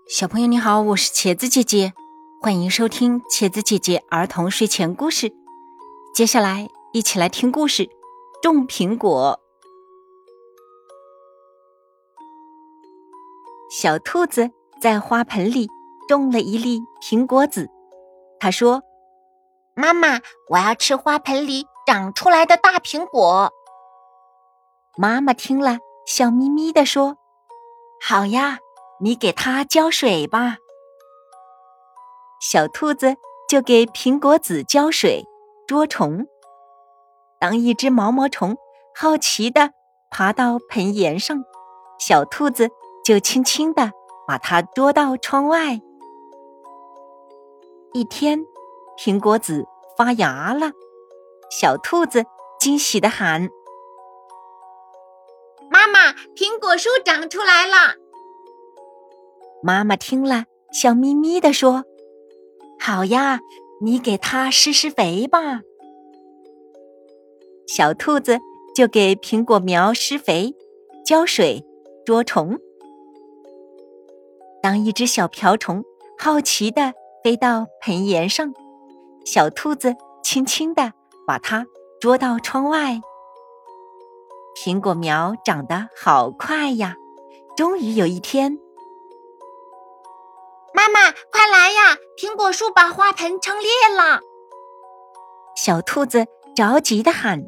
小朋友你好，我是茄子姐姐，欢迎收听茄子姐姐儿童睡前故事。接下来一起来听故事，种苹果。小兔子在花盆里种了一粒苹果籽，它说： 妈妈，我要吃花盆里长出来的大苹果。 妈妈听了笑眯眯地说：好呀，你给它浇水吧。小兔子就给苹果籽浇水捉虫。当一只毛毛虫好奇地爬到盆沿上，小兔子就轻轻地把它捉到窗外。一天，苹果籽发芽了，小兔子惊喜地喊： 妈妈，苹果树长出来了。 妈妈听了笑眯眯地说：好呀，你给它施施肥吧。小兔子就给苹果苗施肥、浇水、捉虫。当一只小瓢虫好奇地飞到盆沿上，小兔子轻轻地把它捉到窗外。苹果苗长得好快呀，终于有一天， 妈妈，快来呀！苹果树把花盆撑裂了。 小兔子着急地喊：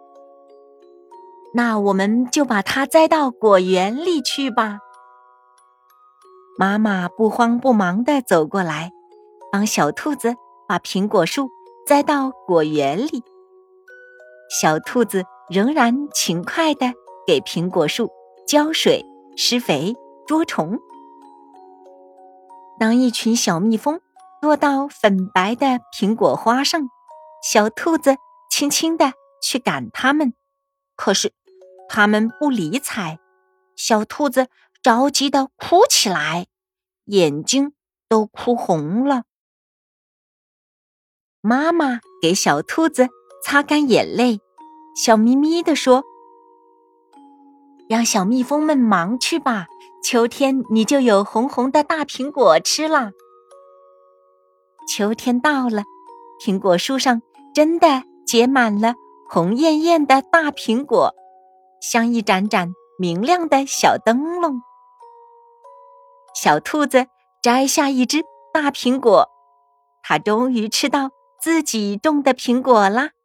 那我们就把它栽到果园里去吧。妈妈不慌不忙地走过来，帮小兔子把苹果树栽到果园里。小兔子仍然勤快地给苹果树浇水、施肥、捉虫。当一群小蜜蜂落到粉白的苹果花上，小兔子轻轻地去赶它们，可是它们不理睬，小兔子着急地哭起来，眼睛都哭红了。妈妈给小兔子擦干眼泪，笑眯眯地说：让小蜜蜂们忙去吧，秋天你就有红红的大苹果吃了。秋天到了，苹果树上真的结满了红艳艳的大苹果，像一盏盏明亮的小灯笼。小兔子摘下一只大苹果，它终于吃到自己种的苹果啦。